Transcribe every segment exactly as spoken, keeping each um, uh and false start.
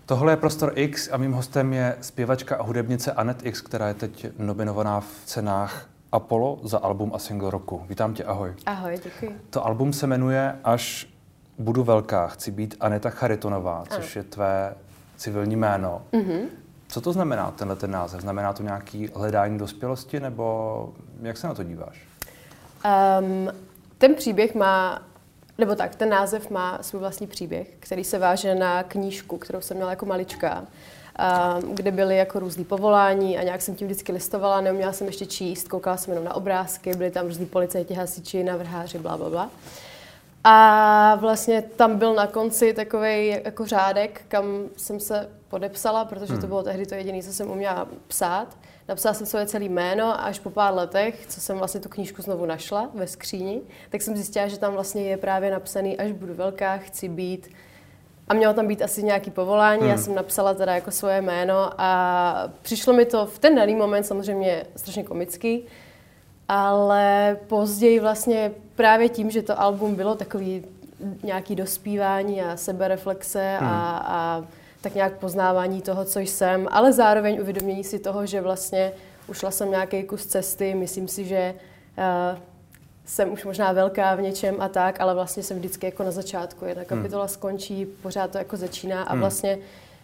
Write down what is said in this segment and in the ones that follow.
Tohle je Prostor X a mým hostem je zpěvačka a hudebnice Anet X, která je teď nominovaná v cenách Apollo za album a single roku. Vítám tě, ahoj. Ahoj, děkuji. To album se jmenuje Až budu velká, chci být Aneta Charitonová, což ano. je tvé civilní jméno. Mm-hmm. Co to znamená, tenhle ten název? Znamená to nějaký hledání dospělosti, nebo jak se na to díváš? Um, ten příběh má, nebo tak, ten název má svůj vlastní příběh, který se váže na knížku, kterou jsem měla jako malička, um, kde byly jako různý povolání a nějak jsem tím vždycky listovala, neuměla jsem ještě číst, koukala jsem jenom na obrázky, byly tam různý policajti, hasiči, navrháři, bla, bla, bla. A vlastně tam byl na konci takovej jako řádek, kam jsem se podepsala, protože hmm. to bylo tehdy to jediné, co jsem uměla psát. Napsala jsem svoje celé jméno a až po pár letech, co jsem vlastně tu knížku znovu našla ve skříni, tak jsem zjistila, že tam vlastně je právě napsaný, až budu velká, chci být. A mělo tam být asi nějaký povolání, hmm. já jsem napsala teda jako svoje jméno a přišlo mi to v ten daný moment samozřejmě strašně komický, ale později vlastně právě tím, že to album bylo takový nějaký dospívání a sebereflexe hmm. a, a tak nějak poznávání toho, co jsem, ale zároveň uvědomění si toho, že vlastně ušla jsem nějaký kus cesty, myslím si, že uh, jsem už možná velká v něčem a tak, ale vlastně jsem vždycky jako na začátku. Jedna kapitola hmm. skončí, pořád to jako začíná a vlastně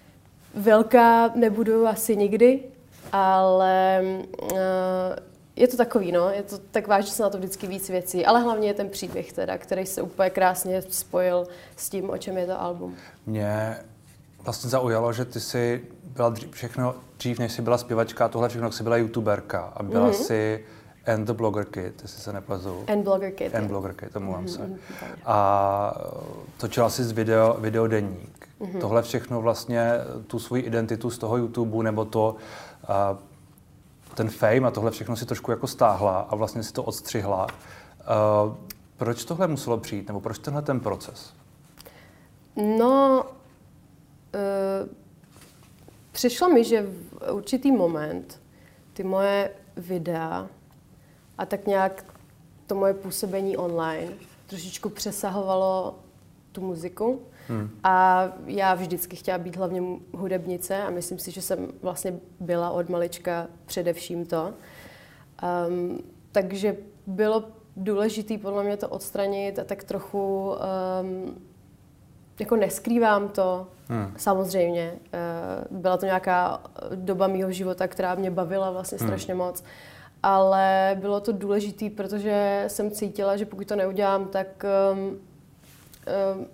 velká nebudu asi nikdy, ale uh, je to takový, no, je to tak vážně se na to vždycky víc věcí, ale hlavně je ten příběh teda, který se úplně krásně spojil s tím, o čem je to album. Mě vlastně zaujalo, že ty jsi byla dřív, všechno dřív, než jsi byla zpěvačka, tohle všechno, jsi byla youtuberka a byla mm-hmm. jsi And the Blogger Kid, jestli se nepletu. And Blogger Kid. And Blogger Kid, omlouvám mm-hmm. se. A točila jsi z video, videodeník. Mm-hmm. Tohle všechno vlastně, tu svoji identitu z toho YouTube, nebo to, a, ten fame a tohle všechno si trošku jako stáhla a vlastně si to odstřihla. A, proč tohle muselo přijít, nebo proč tenhle ten proces? No, Uh, přišlo mi, že v určitý moment ty moje videa a tak nějak to moje působení online trošičku přesahovalo tu muziku. Hmm. A já vždycky chtěla být hlavně hudebnice a myslím si, že jsem vlastně byla od malička především to. Um, takže bylo důležité podle mě to odstranit a tak trochu um, jako neskrývám to, hmm. samozřejmě. Byla to nějaká doba mýho života, která mě bavila vlastně hmm. strašně moc. Ale bylo to důležité, protože jsem cítila, že pokud to neudělám, tak um, um,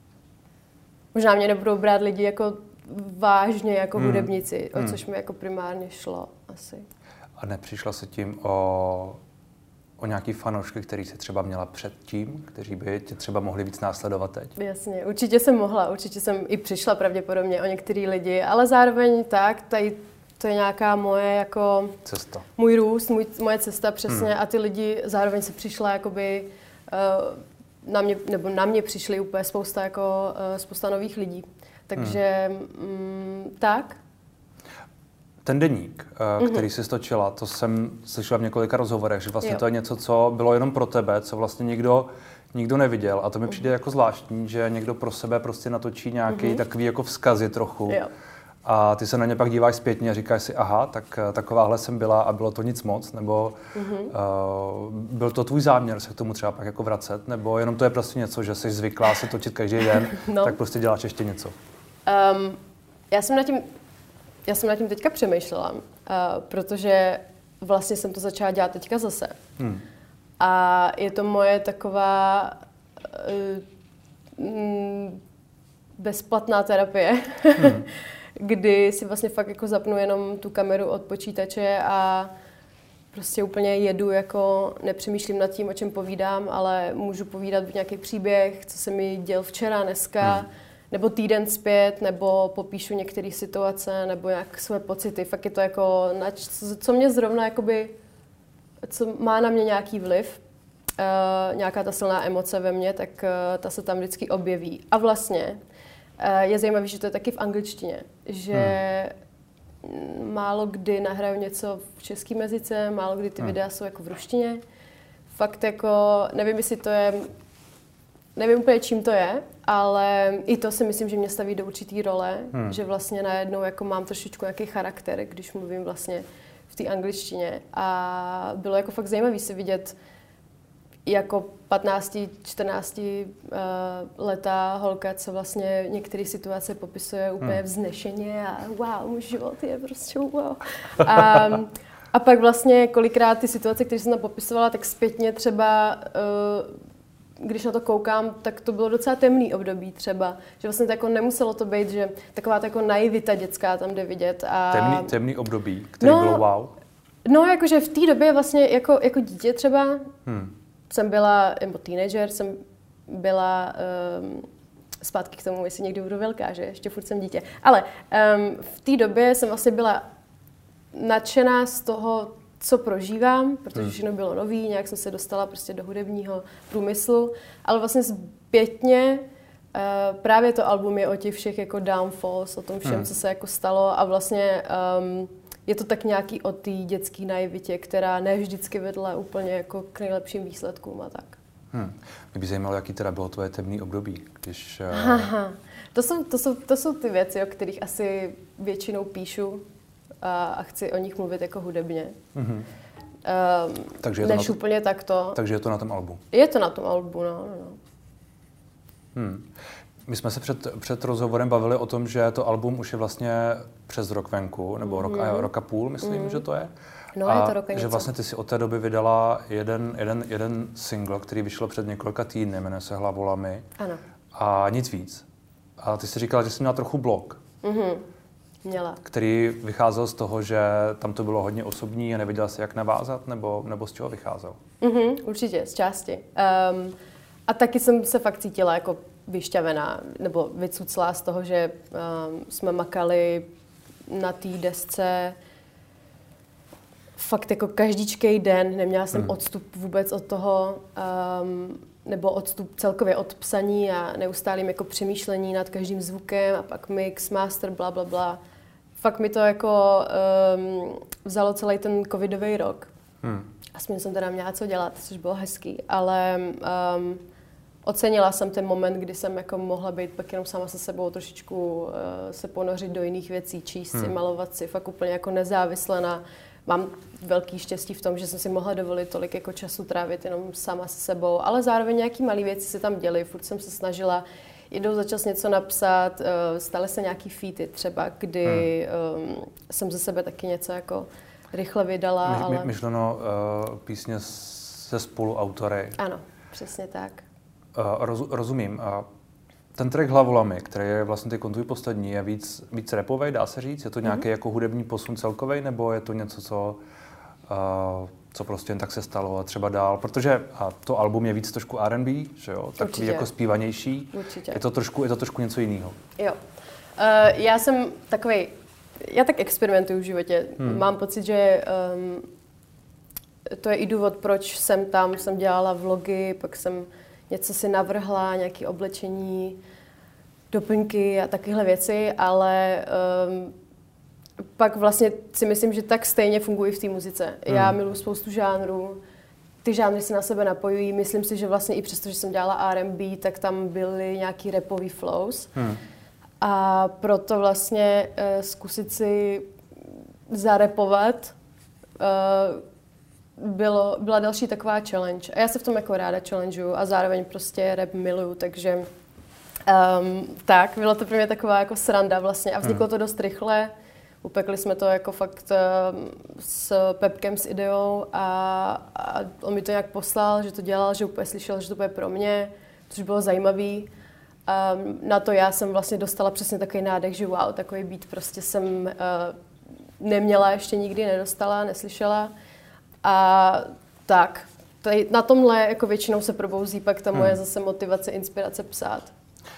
možná mě nebudou brát lidi jako vážně jako hmm. hudebnici, o což mi jako primárně šlo asi. A nepřišla se tím o... o nějaký fanoušky, který jsi třeba měla předtím, kteří by tě třeba mohli víc následovat teď? Jasně, určitě jsem mohla, určitě jsem i přišla pravděpodobně o některý lidi, ale zároveň tak, tady to je nějaká moje jako... Cesta. Můj růst, můj, moje cesta přesně hmm. a ty lidi zároveň se přišla jakoby uh, na mě, nebo na mě přišli úplně spousta jako uh, spousta nových lidí. Takže hmm. mm, tak. Ten deník, který jsi stočila, to jsem slyšela v několika rozhovorech, že vlastně jo. to je něco, co bylo jenom pro tebe, co vlastně nikdo, nikdo neviděl. A to mi přijde jako zvláštní, že někdo pro sebe prostě natočí nějaký mm-hmm. takový jako vzkazy trochu. Jo. A ty se na ně pak díváš zpětně a říkáš si, aha, tak takováhle jsem byla a bylo to nic moc, nebo mm-hmm. uh, byl to tvůj záměr se k tomu třeba pak jako vracet, nebo jenom to je prostě něco, že jsi zvyklá se točit každý den, no. tak prostě děláš ještě něco. Um, já jsem na tím Já jsem nad tím teďka přemýšlela, uh, protože vlastně jsem to začala dělat teďka zase. Hmm. A je to moje taková uh, mm, bezplatná terapie, hmm. kdy si vlastně fakt jako zapnu jenom tu kameru od počítače a prostě úplně jedu, jako nepřemýšlím nad tím, o čem povídám, ale můžu povídat nějaký příběh, co se mi děl včera, dneska, hmm. nebo týden zpět, nebo popíšu některé situace, nebo nějak své pocity. Fakt je to jako, co mě zrovna, jakoby, co má na mě nějaký vliv, uh, nějaká ta silná emoce ve mně, tak uh, ta se tam vždycky objeví. A vlastně uh, je zajímavé, že to je taky v angličtině, že hmm. málo kdy nahraju něco v českém jazyce, málo kdy ty hmm. videa jsou jako v ruštině. Fakt jako, nevím, jestli to je nevím úplně, čím to je, ale i to si myslím, že mě staví do určitý role, hmm. že vlastně najednou jako mám trošičku nějaký charakter, když mluvím vlastně v té angličtině. A bylo jako fakt zajímavé si vidět jako patnáct čtrnáct uh, letá holka, co vlastně některé situace popisuje úplně hmm. vznešeně a wow, můj život je prostě wow. A, a pak vlastně kolikrát ty situace, které jsem tam popisovala, tak zpětně třeba uh, když na to koukám, tak to bylo docela temný období třeba. Že vlastně to jako nemuselo to být, že taková to jako naivita dětská tam jde vidět. A... Temný, temný období, který no, bylo wow? No, jakože v té době vlastně jako, jako dítě třeba hmm. jsem byla, nebo teenager, jsem byla um, zpátky k tomu, jestli někdy budu velká, že ještě furt jsem dítě. Ale um, v té době jsem vlastně byla nadšená z toho, co prožívám, protože hmm. všechno bylo nový, nějak jsem se dostala prostě do hudebního průmyslu, ale vlastně zpětně uh, právě to album je o těch všech jako downfalls, o tom všem, hmm. co se jako stalo a vlastně um, je to tak nějaký o té dětské naivitě, která ne vždycky vedla úplně jako k nejlepším výsledkům a tak. Hmm. Mě by zajímalo, jaký teda bylo tvoje temné období, když... Uh... Aha. To jsou, to, jsou, to jsou ty věci, o kterých asi většinou píšu a, a chci o nich mluvit jako hudebně. Mm-hmm. Um, takže je to než to, úplně takto. Takže je to na tom albu? Je to na tom albu, no. no. Hmm. My jsme se před, před rozhovorem bavili o tom, že to album už je vlastně přes rok venku, nebo rok, mm. a, rok a půl, myslím, mm. že to je. No, a je to rok a že něco. vlastně ty si od té doby vydala jeden, jeden, jeden single, který vyšel před několika týdny, jmenuje se Hlavolami. Ano. A nic víc. A ty jsi říkala, že jsi měla trochu blok. Mm-hmm. Měla. Který vycházel z toho, že tam to bylo hodně osobní a nevěděla jsi, jak navázat, nebo, nebo z čeho vycházel? Mm-hmm, určitě, z části. Um, a taky jsem se fakt cítila jako vyšťavená, nebo vycuclá z toho, že um, jsme makali na té desce fakt jako každýčkej den, neměla jsem mm. odstup vůbec od toho, um, nebo odstup celkově od psaní a neustálým jako přemýšlení nad každým zvukem a pak mix, master, bla, bla, bla. Fakt mi to jako um, vzalo celý ten covidový rok. Mm. Aspoň jsem teda měla co dělat, což bylo hezký, ale um, ocenila jsem ten moment, kdy jsem jako mohla být pak jenom sama se sebou, trošičku uh, se ponořit do jiných věcí, číst si, hmm. malovat si, fakt úplně jako nezávisle na... Mám velký štěstí v tom, že jsem si mohla dovolit tolik jako času trávit jenom sama se sebou, ale zároveň nějaký malý věci se tam děly, furt jsem se snažila jednou za čas něco napsat, uh, staly se nějaký featy třeba, kdy hmm. um, jsem ze sebe taky něco jako rychle vydala, My, ale... Myšleno uh, písně se spoluautory. Ano, přesně tak. Uh, roz, rozumím. Uh, ten track Hlavolami, který je vlastně teď tvůj poslední, je víc, víc rapovej, dá se říct? Je to nějaký mm-hmm. jako hudební posun celkovej, nebo je to něco, co, uh, co prostě jen tak se stalo a třeba dál? Protože a to album je víc trošku R and B, že jo? Takový Určitě. Jako zpívanější. Určitě. Je to trošku, je to trošku něco jiného. Jo. Uh, já jsem takovej, já tak experimentuju v životě. Hmm. Mám pocit, že um, to je i důvod, proč jsem tam, jsem dělala vlogy, pak jsem něco si navrhla, nějaké oblečení, doplňky a takovéhle věci, ale um, pak vlastně si myslím, že tak stejně fungují v té muzice. Hmm. Já miluji spoustu žánrů, ty žánry se na sebe napojují. Myslím si, že vlastně i přesto, že jsem dělala R and B, tak tam byly nějaký rapový flows. Hmm. A proto vlastně uh, zkusit si zarepovat uh, Bylo, byla další taková challenge. A já se v tom jako ráda challengeuju a zároveň prostě rap miluju, takže um, tak, bylo to pro mě taková jako sranda vlastně a vzniklo to dost rychle. Upekli jsme to jako fakt um, s Pepkem, s Ideou a, a on mi to nějak poslal, že to dělal, že úplně slyšel, že to bude pro mě, což bylo zajímavý. Um, na to já jsem vlastně dostala přesně takový nádech, že wow, takový beat prostě jsem uh, neměla ještě nikdy, nedostala, neslyšela. A tak, tady na tomhle jako většinou se probouzí pak ta moje hmm. zase motivace, inspirace psát.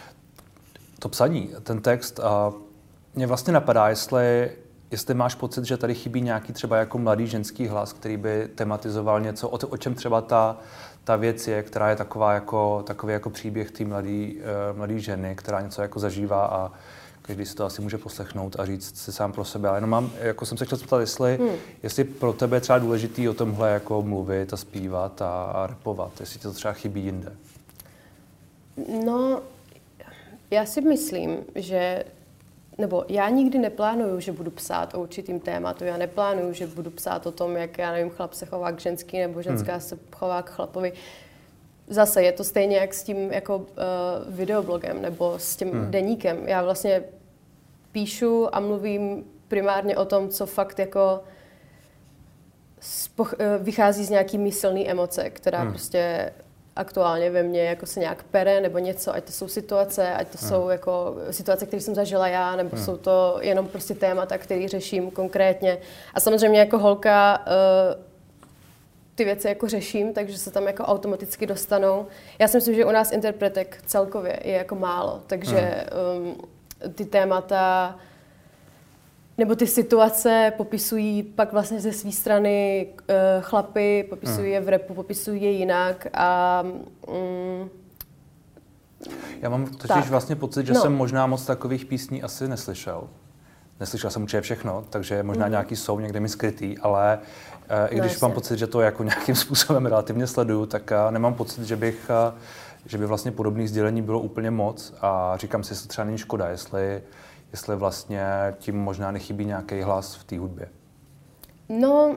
To psaní, ten text, a mě vlastně napadá, jestli, jestli máš pocit, že tady chybí nějaký třeba jako mladý ženský hlas, který by tematizoval něco, o, to, o čem třeba ta, ta věc je, která je taková jako, takový jako příběh té mladý, uh, mladý ženy, která něco jako zažívá a každý si to asi může poslechnout a říct si sám pro sebe. Ale jenom mám, jako jsem se chtěl zeptat, jestli, hmm. jestli pro tebe je třeba důležitý o tomhle jako mluvit a zpívat a, a rapovat, jestli ti to třeba chybí jinde. No, já si myslím, že nebo já nikdy neplánuju, že budu psát o určitým tématu. Já neplánuju, že budu psát o tom, jak, já nevím, chlap se chová k ženský nebo ženská hmm. se chová k chlapovi. Zase je to stejně jak s tím jako uh, videoblogem nebo s tím hmm. deníkem. Já vlastně píšu a mluvím primárně o tom, co fakt jako spoch- vychází z nějaký silný emoce, která hmm. prostě aktuálně ve mně jako se nějak pere nebo něco, ať to jsou situace, ať to hmm. jsou jako situace, které jsem zažila já, nebo hmm. jsou to jenom prostě témata, které řeším konkrétně. A samozřejmě jako holka uh, ty věci jako řeším, takže se tam jako automaticky dostanou. Já si myslím, že u nás interpretek celkově je jako málo, takže um, ty témata nebo ty situace popisují pak vlastně ze své strany uh, chlapy, popisují je v rapu, popisují je jinak a... Um, Já mám totiž tak. vlastně pocit, že no. jsem možná moc takových písní asi neslyšel. Neslyšel jsem určitě všechno, takže možná mm. nějaký jsou někde mi skrytý, ale uh, i když no, mám pocit, že to jako nějakým způsobem relativně sleduju, tak uh, nemám pocit, že bych, uh, že by vlastně podobných sdělení bylo úplně moc a říkám si, jestli třeba není škoda, jestli jestli vlastně tím možná nechybí nějaký hlas v té hudbě. No,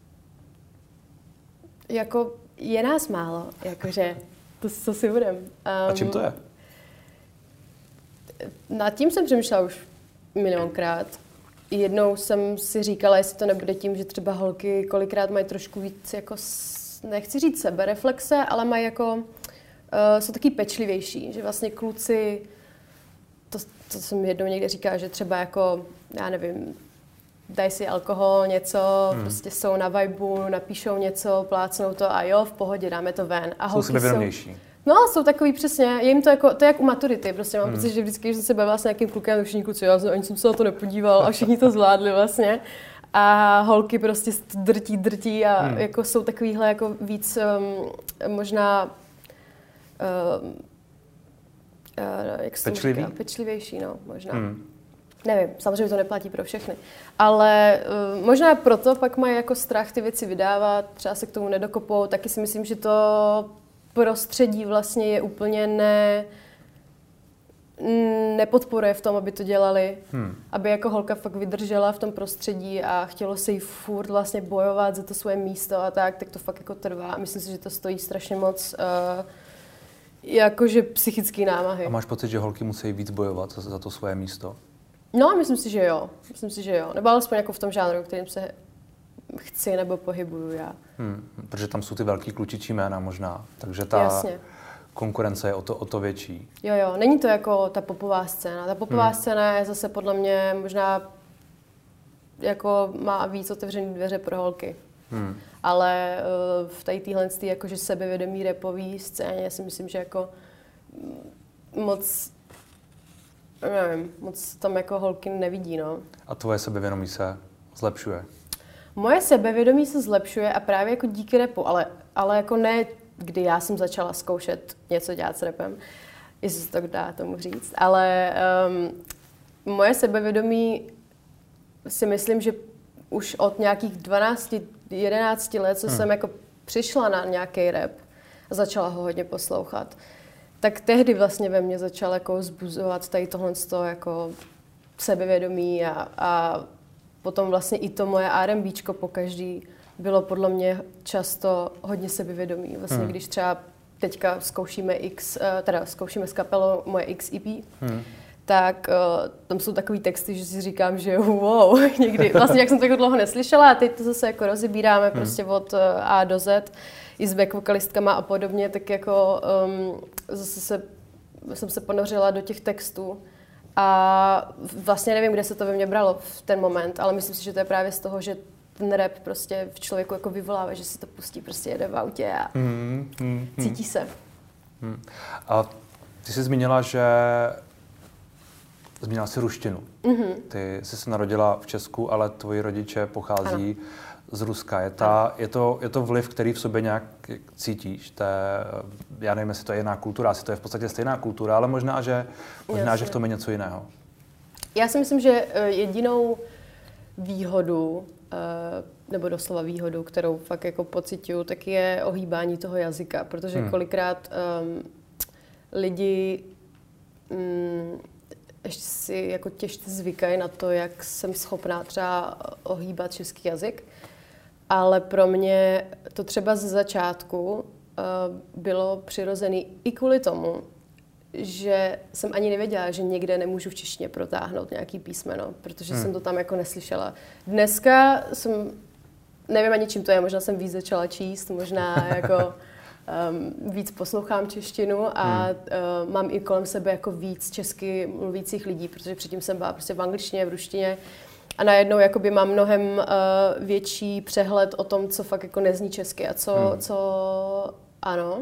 jako je nás málo, jakože, to co si budem. Um, A čím to je? Nad tím jsem přemýšlela už milionkrát. Jednou jsem si říkala, jestli to nebude tím, že třeba holky kolikrát mají trošku víc, jako, nechci říct sebereflexe, ale mají jako, uh, jsou taky pečlivější, že vlastně kluci To, to jsem jednou někde říkala, že třeba jako, já nevím, dají si alkohol, něco, hmm. prostě jsou na vibu, napíšou něco, plácnou to a jo, v pohodě, dáme to ven. A jsou sebevědomější. No, jsou takový přesně, je jim to jako, to je jak u maturity, prostě mám hmm. pocit, že vždycky, když jsem se bavila s nějakým klukem, tak všichni kluci, já ani jsem se na to nepodíval a všichni to zvládli vlastně. A holky prostě drtí, drtí a hmm. jako jsou takovýhle jako víc um, možná um, Uh, jak se Pečlivý? Říká, pečlivější, no, možná. Hmm. Nevím, samozřejmě to neplatí pro všechny. Ale uh, možná proto pak mají jako strach ty věci vydávat, třeba se k tomu nedokopou. Taky si myslím, že to prostředí vlastně je úplně ne, nepodporuje v tom, aby to dělali. Hmm. Aby jako holka fakt vydržela v tom prostředí a chtělo se jí furt vlastně bojovat za to svoje místo a tak, tak to fakt jako trvá. Myslím si, že to stojí strašně moc uh, jakože psychický námahy. A máš pocit, že holky musí víc bojovat za, za to svoje místo? No, myslím si, že jo. Myslím si, že jo. Nebo alespoň jako v tom žánru, kterým se chci nebo pohybuju já. Hmm, protože tam jsou ty velký klučičí jména možná, takže ta Jasně. konkurence je o to, o to větší. Jo, jo. Není to jako ta popová scéna. Ta popová hmm. scéna je zase podle mě možná jako má víc otevřený dveře pro holky. Hmm. Ale uh, v tady téhle jakože sebevědomý rapový scéně si myslím, že jako moc, nevím, moc tam jako holky nevidí, no. A tvoje sebevědomí se zlepšuje? Moje sebevědomí se zlepšuje a právě jako díky rapu, ale, ale jako ne, kdy já jsem začala zkoušet něco dělat s rapem, jestli se to dá tomu říct, ale um, moje sebevědomí si myslím, že už od nějakých dvanácti jedenácti let, co hmm. jsem jako přišla na nějaký rap a začala ho hodně poslouchat, tak tehdy vlastně ve mně začal jako vzbuzovat tady tohle jako sebevědomí a, a potom vlastně i to moje R and Bčko pokaždý bylo podle mě často hodně sebevědomí. Vlastně hmm. když třeba teďka zkoušíme X, teda zkoušíme s kapelou moje X E P, hmm. tak uh, tam jsou takový texty, že si říkám, že wow, někdy, vlastně jak jsem to jako dlouho neslyšela a teď to zase jako rozebíráme hmm. prostě od uh, A do Z, i s back vokalistkama a podobně, tak jako um, zase se, jsem se ponořila do těch textů a vlastně nevím, kde se to ve mně bralo v ten moment, ale myslím si, že to je právě z toho, že ten rap prostě v člověku jako vyvolává, že si to pustí, prostě jede v autě a hmm, hmm, cítí se. Hmm. A ty jsi zmínila, že zmínila jsi ruštinu. Mm-hmm. Ty jsi se narodila v Česku, ale tvoji rodiče pochází ano. z Ruska. Je, ta, je, to, je to vliv, který v sobě nějak cítíš? To je, já nevím, jestli to je jiná kultura, asi to je v podstatě stejná kultura, ale možná, že, možná, že v tom je něco jiného. Já si myslím, že jedinou výhodu, nebo doslova výhodu, kterou fakt jako pociťuju, tak je ohýbání toho jazyka, protože hmm. kolikrát um, lidi mm, ještě si jako těžce zvykají na to, jak jsem schopná třeba ohýbat český jazyk. Ale pro mě to třeba ze začátku uh, bylo přirozený i kvůli tomu, že jsem ani nevěděla, že někde nemůžu v češtině protáhnout nějaký písmeno, protože hmm. jsem to tam jako neslyšela. Dneska jsem, nevím ani čím to je, možná jsem víc začala číst, možná jako um, víc poslouchám češtinu a hmm. uh, mám i kolem sebe jako víc česky mluvících lidí, protože předtím jsem byla prostě v angličtině, v ruštině a najednou jakoby mám mnohem uh, větší přehled o tom, co fakt jako nezní česky a co, hmm. co ano.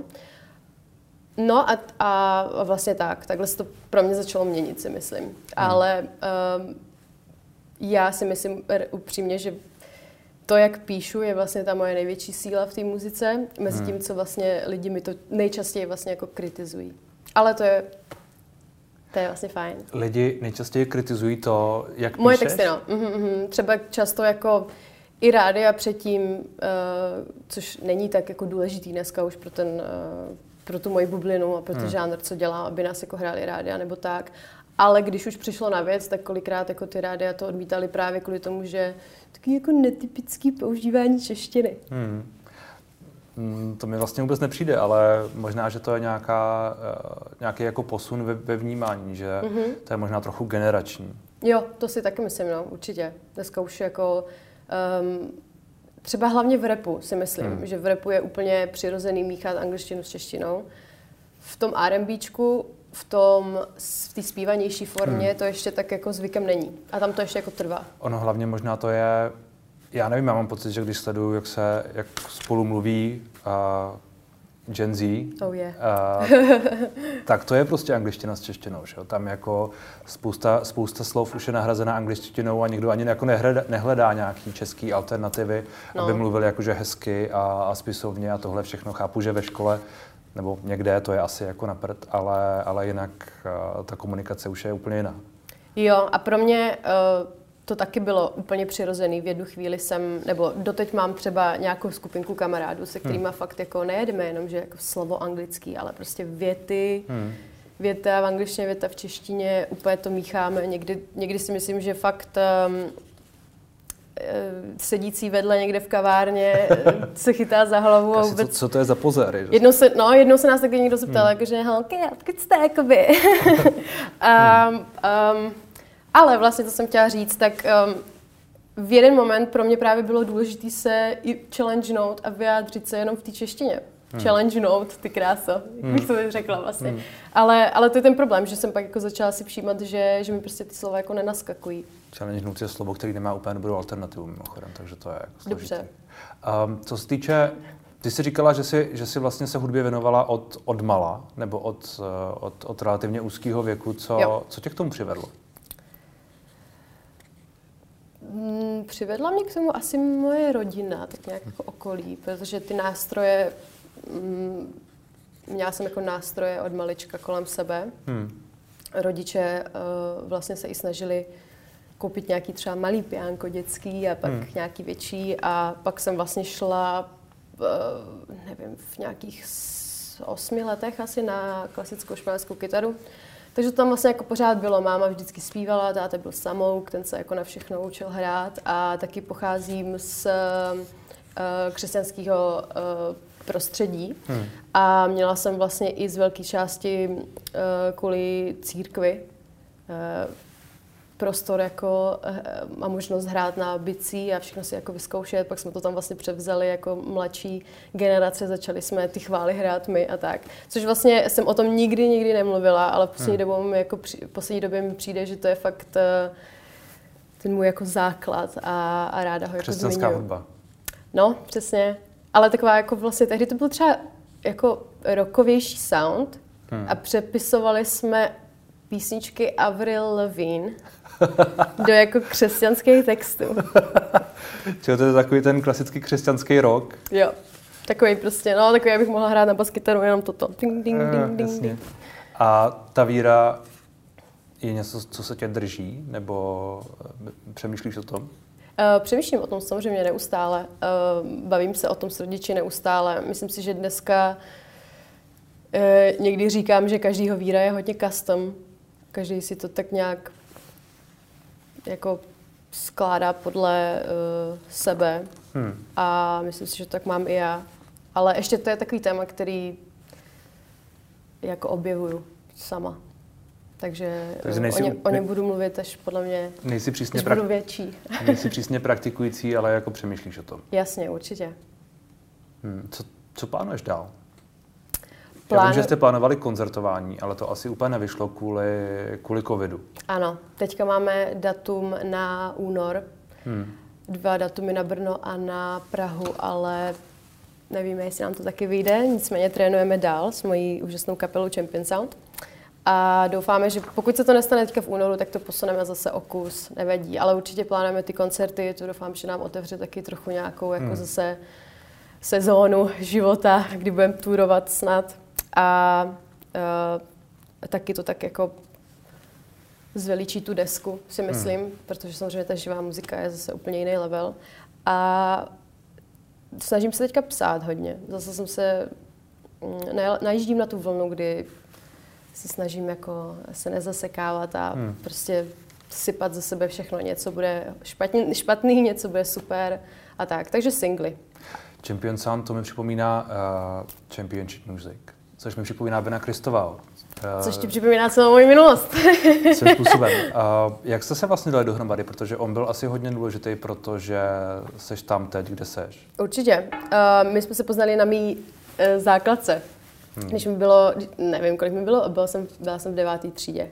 No a, a vlastně tak, takhle se to pro mě začalo měnit, si myslím. Hmm. Ale um, já si myslím upřímně, že to, jak píšu, je vlastně ta moje největší síla v té muzice, mezi hmm. tím, co vlastně lidi mi to nejčastěji vlastně jako kritizují. Ale to je, to je vlastně fajn. Lidi nejčastěji kritizují to, jak moje píšeš? Moje texty, no. Mm-hmm, mm-hmm. Třeba často jako i rádia předtím, uh, což není tak jako důležitý dneska už pro ten... Uh, pro tu moji bublinu a pro ten hmm. žánr, co dělám, aby nás jako hráli rádia nebo tak. Ale když už přišlo na věc, tak kolikrát jako ty rádia to odmítali právě kvůli tomu, že taky jako netypický používání češtiny. Hmm. Hmm, to mi vlastně vůbec nepřijde, ale možná, že to je nějaká, uh, nějaký jako posun ve, ve vnímání, že mm-hmm. to je možná trochu generační. Jo, to si taky myslím, no, určitě. Dneska už jako... Um, Třeba hlavně v rapu si myslím, hmm. že v rapu je úplně přirozený míchat angličtinu s češtinou. V tom R&Bčku, v tom v té zpívanější formě hmm. to ještě tak jako zvykem není. A tam to ještě jako trvá. Ono hlavně možná to je, já nevím, já mám pocit, že když sleduju, jak se, jak spolu mluví uh, Gen Z, oh yeah. uh, tak to je prostě angličtina s češtinou. Že? Tam jako spousta, spousta slov už je nahrazena angličtinou a nikdo ani jako nehledá, nehledá nějaký český alternativy, no. aby mluvili jakože hezky a, a spisovně a tohle všechno. Chápu, že ve škole nebo někde to je asi jako na prd, ale, ale jinak uh, ta komunikace už je úplně jiná. Jo, a pro mě uh, to taky bylo úplně přirozený. V jednu chvíli jsem, nebo doteď mám třeba nějakou skupinku kamarádů, se kterýma hmm. fakt jako nejedeme jenom, že jako slovo anglický, ale prostě věty, hmm. věta v angličtině, věta v češtině, úplně to mícháme. Někdy, někdy si myslím, že fakt um, sedící vedle někde v kavárně se chytá za hlavu. A vůbec... co, co to je za pozéry? Jednou se, no, jednou se nás taky někdo zeptal, hmm. jakože holky, odkud jste, jakoby. um, um, ale vlastně, co jsem chtěla říct, tak um, v jeden moment pro mě právě bylo důležité se i challengenout a vyjádřit se jenom v té češtině. Hmm. Challengenout, ty kráso, jak hmm. bych to řekla vlastně. Hmm. Ale, ale to je ten problém, že jsem pak jako začala si všímat, že, že mi prostě ty slova jako nenaskakují. Challengenout je slovo, který nemá úplně dobrou alternativu mimochodem, takže to je jako složitý. Dobře. Um, co se týče, ty jsi říkala, že jsi, že jsi vlastně se hudbě věnovala od, od mala, nebo od, od, od relativně úzkého věku. Co, co tě k tomu přivedlo? Hmm, přivedla mě k tomu asi moje rodina, tak nějak jako okolí, protože ty nástroje, hmm, měla jsem jako nástroje od malička kolem sebe. Hmm. Rodiče uh, vlastně se i snažili koupit nějaký třeba malý piánko dětský a pak hmm. nějaký větší a pak jsem vlastně šla, uh, nevím, v nějakých osmi letech asi na klasickou španělskou kytaru. Takže to tam vlastně jako pořád bylo. Máma vždycky zpívala, táta byl samouk, ten se jako na všechno učil hrát a taky pocházím z uh, křesťanského uh, prostředí. Hmm. A měla jsem vlastně i z velké části uh, kvůli církvi uh, prostor jako uh, a možnost hrát na bicí a všechno si jako vyzkoušet. Pak jsme to tam vlastně převzali jako mladší generace, začali jsme ty chvály hrát my a tak. Což vlastně jsem o tom nikdy, nikdy nemluvila, ale v poslední, hmm. době, mi jako, v poslední době mi přijde, že to je fakt uh, ten můj jako základ a, a ráda ho jako zmiňuji. Křesťanská hudba. No, přesně. Ale taková jako vlastně, tehdy to byl třeba jako rockovější sound hmm. a přepisovali jsme písničky Avril Lavigne do jako křesťanských textů. Čili to je takový ten klasický křesťanský rock. Jo, takový prostě, no takový, abych mohla hrát na baskytaru jenom toto. Ding, ding, ding, ding, ding. A ta víra je něco, co se tě drží, nebo přemýšlíš o tom? Uh, přemýšlím o tom samozřejmě neustále. Uh, bavím se o tom s rodiči neustále. Myslím si, že dneska E, někdy říkám, že každýho víra je hodně custom. Každý si to tak nějak jako skládá podle uh, sebe. Hmm. A myslím si, že tak mám i já. Ale ještě to je takový téma, který jako objevuju sama. Takže, Takže nejsi, o, ně, o něm budu mluvit, až podle mě nejsi přísně až budu větší. Nejsi přísně praktikující, ale jako přemýšlíš o tom. Jasně, určitě. Hmm. Co, co plánuješ dál? Plán... Já vím, že jste plánovali koncertování, ale to asi úplně nevyšlo kvůli, kvůli covidu. Ano, teďka máme datum na únor. Hmm. Dva datumy na Brno a na Prahu, ale nevíme, jestli nám to taky vyjde. Nicméně trénujeme dál s mojí úžasnou kapelou Champion Sound. A doufáme, že pokud se to nestane teďka v únoru, tak to posuneme zase o kus, nevadí. Ale určitě plánujeme ty koncerty, to doufám, že nám otevře taky trochu nějakou jako hmm. zase sezónu života, kdy budeme tourovat snad. A uh, taky to tak jako zveličí tu desku, si myslím, hmm. protože samozřejmě ta živá muzika je zase úplně jiný level. A snažím se teďka psát hodně. Zase jsem se, ne, najíždím na tu vlnu, kdy se snažím jako se nezasekávat a hmm. prostě sypat ze sebe všechno. Něco bude špatný, špatný, něco bude super a tak. Takže singly. Champion Sound, to mi připomíná uh, Championship Music, což mi připomíná Bena Kristového. Uh, což ti připomíná celou moji minulost. Svým způsobem. Uh, jak jste se vlastně dali dohromady? Protože on byl asi hodně důležitý, protože seš tam teď, kde seš. Určitě. Uh, my jsme se poznali na mý uh, základce. Hmm. Když mi bylo, nevím, kolik mi bylo, byla jsem, byla jsem v deváté třídě.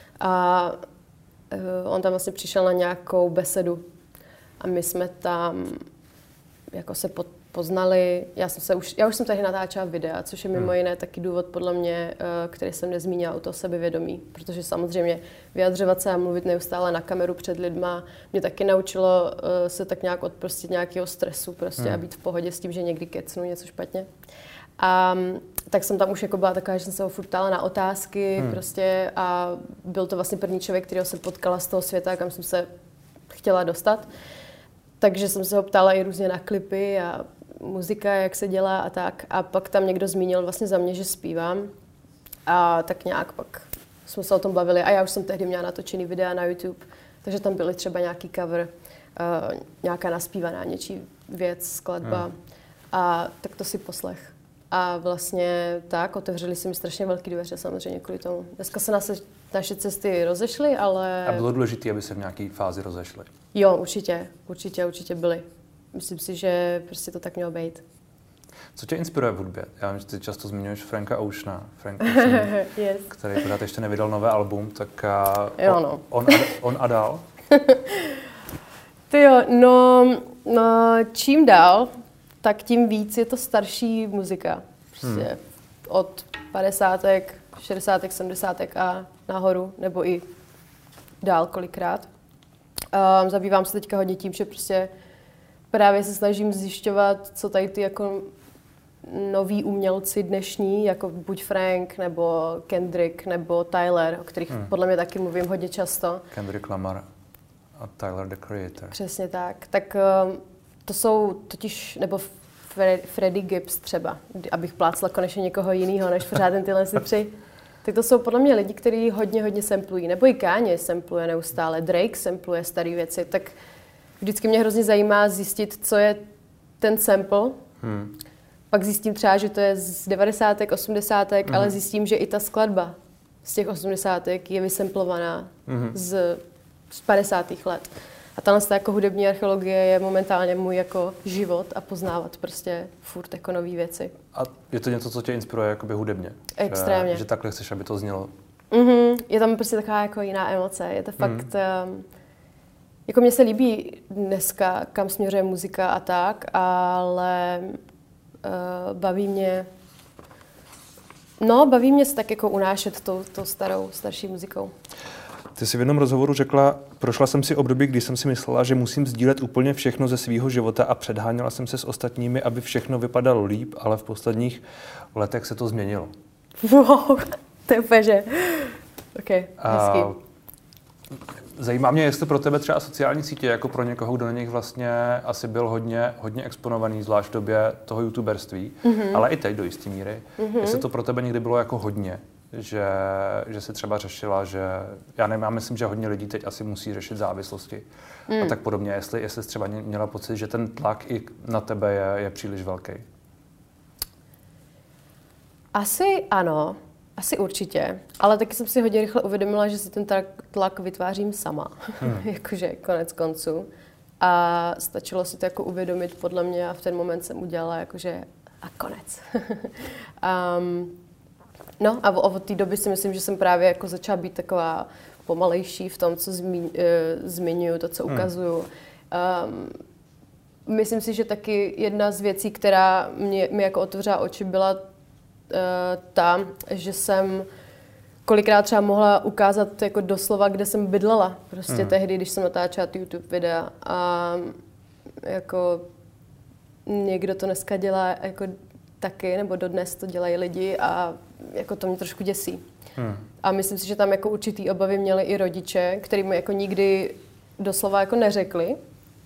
A uh, on tam vlastně přišel na nějakou besedu. A my jsme tam jako se pod, poznali. Já, jsem se už, já už jsem tady natáčela videa, což je mimo hmm. jiné taky důvod podle mě, který jsem nezmínila, u toho sebevědomí. Protože samozřejmě vyjadřovat se a mluvit neustále na kameru před lidma mě taky naučilo se tak nějak odprostit nějakého stresu prostě hmm. a být v pohodě s tím, že někdy kecnu něco špatně. A tak jsem tam už jako byla taková, že jsem se ho furt ptala na otázky hmm. prostě a byl to vlastně první člověk, kterého jsem potkala z toho světa, kam jsem se chtěla dostat. Takže jsem se ho ptala i různě na klipy a muzika, jak se dělá a tak. A pak tam někdo zmínil vlastně za mě, že zpívám. A tak nějak pak jsme se o tom bavili. A já už jsem tehdy měla natočený videa na YouTube, takže tam byly třeba nějaký cover, uh, nějaká naspívaná něčí věc, skladba. Hmm. A tak to si poslech. A vlastně tak, otevřeli se mi strašně velký dveře samozřejmě kvůli tomu. Dneska se naše, naše cesty rozešly, ale... A bylo důležité, aby se v nějaké fázi rozešly? Jo, určitě, určitě, určitě byly. Myslím si, že prostě to tak mělo být. Co tě inspiruje v hudbě? Já vím, že ty často zmiňuješ Franka Oceana, Frank Ocean, yes. který pořád ještě nevydal nové album, tak jo, no. on, on, on a dál? Ty jo, no, no, čím dál, tak tím víc je to starší muzika. Prostě hmm. od padesátek, šedesátek, sedmdesátek a nahoru, nebo i dál kolikrát. Um, zabývám se teďka hodně tím, že prostě právě se snažím zjišťovat, co tady ty jako noví umělci dnešní, jako buď Frank, nebo Kendrick, nebo Tyler, o kterých hmm. podle mě taky mluvím hodně často. Kendrick Lamar a Tyler, the Creator. Přesně tak. Tak um, to jsou totiž, nebo Freddie Gibbs třeba, abych plácla konečně někoho jiného, než pořád ten tyhle si tři. Tak to jsou podle mě lidi, kteří hodně, hodně samplují. Nebo i Kanye sampluje neustále, Drake sampluje staré věci. Tak vždycky mě hrozně zajímá zjistit, co je ten sample. Hmm. Pak zjistím třeba, že to je z devadesátek, osmdesátek, hmm. ale zjistím, že i ta skladba z těch osmdesátek je vysamplovaná hmm. z, z padesátých let. A tahle jako hudební archeologie je momentálně můj jako život a poznávat prostě furt jako nový věci. A je to něco, co tě inspiruje jakoby hudebně? Extrémně. Že, že takhle chceš, aby to znělo? Mm-hmm. Je tam prostě taková jako jiná emoce. Je to fakt... Mm. Um, jako mně se líbí dneska, kam směřuje muzika a tak, ale uh, baví mě... No, baví mě se tak jako unášet tou, tou starou, starší muzikou. Ty jsi v jednom rozhovoru řekla, prošla jsem si období, kdy jsem si myslela, že musím sdílet úplně všechno ze svého života a předháněla jsem se s ostatními, aby všechno vypadalo líp, ale v posledních letech se to změnilo. Wow, to je úplně, že... OK, hezký. zajímá mě, jestli pro tebe třeba sociální sítě, jako pro někoho, kdo na nich vlastně asi byl hodně, hodně exponovaný, zvlášť v době toho youtuberství, mm-hmm. ale i teď do jisté míry, mm-hmm. jestli to pro tebe někdy bylo jako hodně, že, že jsi třeba řešila, že já nevím, já myslím, že hodně lidí teď asi musí řešit závislosti mm. a tak podobně, jestli, jestli jsi třeba měla pocit, že ten tlak i na tebe je, je příliš velký. Asi ano. Asi určitě, ale taky jsem si hodně rychle uvědomila, že si ten tlak vytvářím sama, hmm. jakože konec konců. A stačilo si to jako uvědomit podle mě a v ten moment jsem udělala jakože a konec. um, no a od té doby si myslím, že jsem právě jako začala být taková pomalejší v tom, co zmi, uh, zmiňuju, to, co ukazuju. Um, myslím si, že taky jedna z věcí, která mě, mi jako otevřela oči, byla ta, že jsem kolikrát třeba mohla ukázat jako doslova, kde jsem bydlela. Prostě mm. tehdy, když jsem natáčela YouTube videa. A jako někdo to dneska dělá jako taky, nebo dodnes to dělají lidi a jako to mě trošku děsí. Mm. A myslím si, že tam jako určitý obavy měli i rodiče, který mi jako nikdy doslova jako neřekli.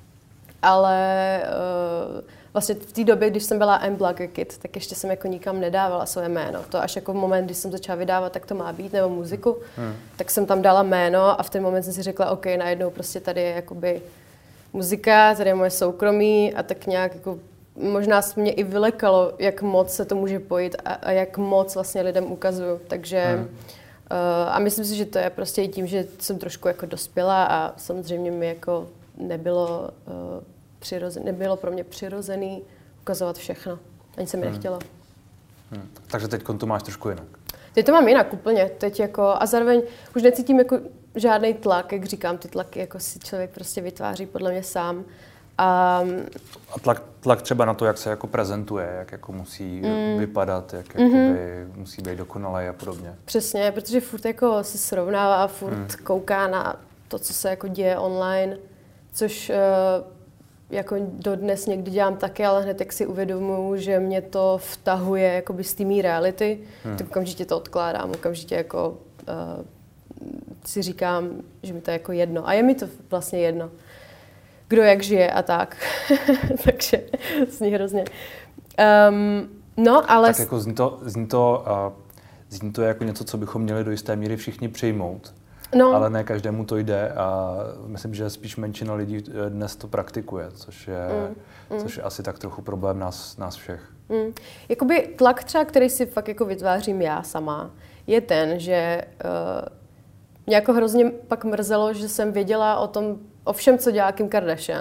Ale uh, vlastně v té době, když jsem byla M-Blogger Kid, tak ještě jsem jako nikam nedávala své jméno. To až jako v moment, kdy jsem začala vydávat, tak to má být, nebo muziku, hmm. tak jsem tam dala jméno a v ten moment jsem si řekla, OK, najednou prostě tady je jakoby muzika, tady je moje soukromí a tak nějak jako možná se mě i vylekalo, jak moc se to může pojít a, a jak moc vlastně lidem ukazuju. Takže hmm. uh, a myslím si, že to je prostě i tím, že jsem trošku jako dospělá a samozřejmě mi jako nebylo, uh, přirozen, nebylo pro mě přirozený ukazovat všechno. Ani se mi hmm. nechtělo. Hmm. Takže teď to máš trošku jinak. Teď to mám jinak úplně. Teď jako, a zároveň už necítím jako žádný tlak, jak říkám, ty tlaky jako si člověk prostě vytváří podle mě sám. A, a tlak, tlak třeba na to, jak se jako prezentuje, jak jako musí mm. vypadat, jak mm-hmm. musí být dokonalý a podobně. Přesně, protože furt jako se srovnává a furt mm. kouká na to, co se jako děje online, což uh, jako dodnes někdy dělám taky, ale hned jak si uvědomuji, že mě to vtahuje jakoby z té mý reality, hmm. tak okamžitě to odkládám, okamžitě jako uh, si říkám, že mi to je jako jedno. A je mi to vlastně jedno, kdo jak žije a tak. Takže zní hrozně. Um, no, ale... Tak jako zní to, zní, to, uh, zní to jako něco, co bychom měli do jisté míry všichni přijmout. No. Ale ne každému to jde a myslím, že spíš menšina lidí dnes to praktikuje, což je, mm, mm. což je asi tak trochu problém nás, nás všech. Mm. Jakoby tlak třeba, který si fakt jako vytvářím já sama, je ten, že uh, mě jako hrozně pak mrzelo, že jsem věděla o tom, o všem, co dělá Kim Kardashian.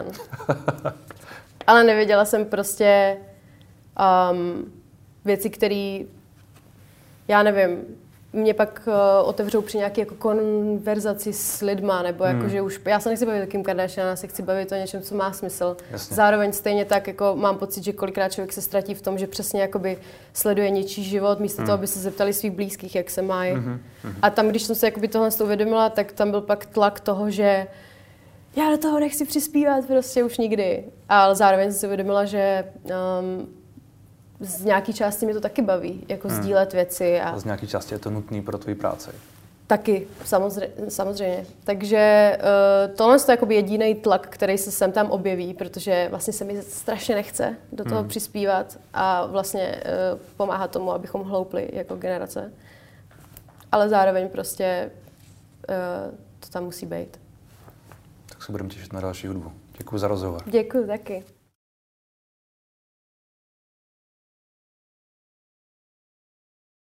Ale nevěděla jsem prostě um, věci, které, já nevím, mě pak uh, otevřou při nějaké jako konverzaci s lidma, nebo jako, hmm. že už, já se nechci bavit o Kim Kardashian, já se chci bavit o něčem, co má smysl. Jasně. Zároveň stejně tak, jako mám pocit, že kolikrát člověk se ztratí v tom, že přesně jakoby sleduje něčí život, místo hmm. toho, aby se zeptali svých blízkých, jak se mají. Hmm. Hmm. A tam, když jsem se jakoby tohle uvědomila, tak tam byl pak tlak toho, že já do toho nechci přispívat prostě už nikdy. Ale zároveň jsem si uvědomila, že um, z nějaké části mě to taky baví, jako hmm. sdílet věci. A z nějaké části je to nutné pro tvoji práci. Taky, samozřejmě. samozřejmě. Takže uh, tohle je jakoby jediný tlak, který se sem tam objeví, protože vlastně se mi strašně nechce do toho hmm. přispívat a vlastně uh, pomáhá tomu, abychom hloupli jako generace. Ale zároveň prostě uh, to tam musí být. Tak se budeme těšit na další hudbu. Děkuji za rozhovor. Děkuji taky.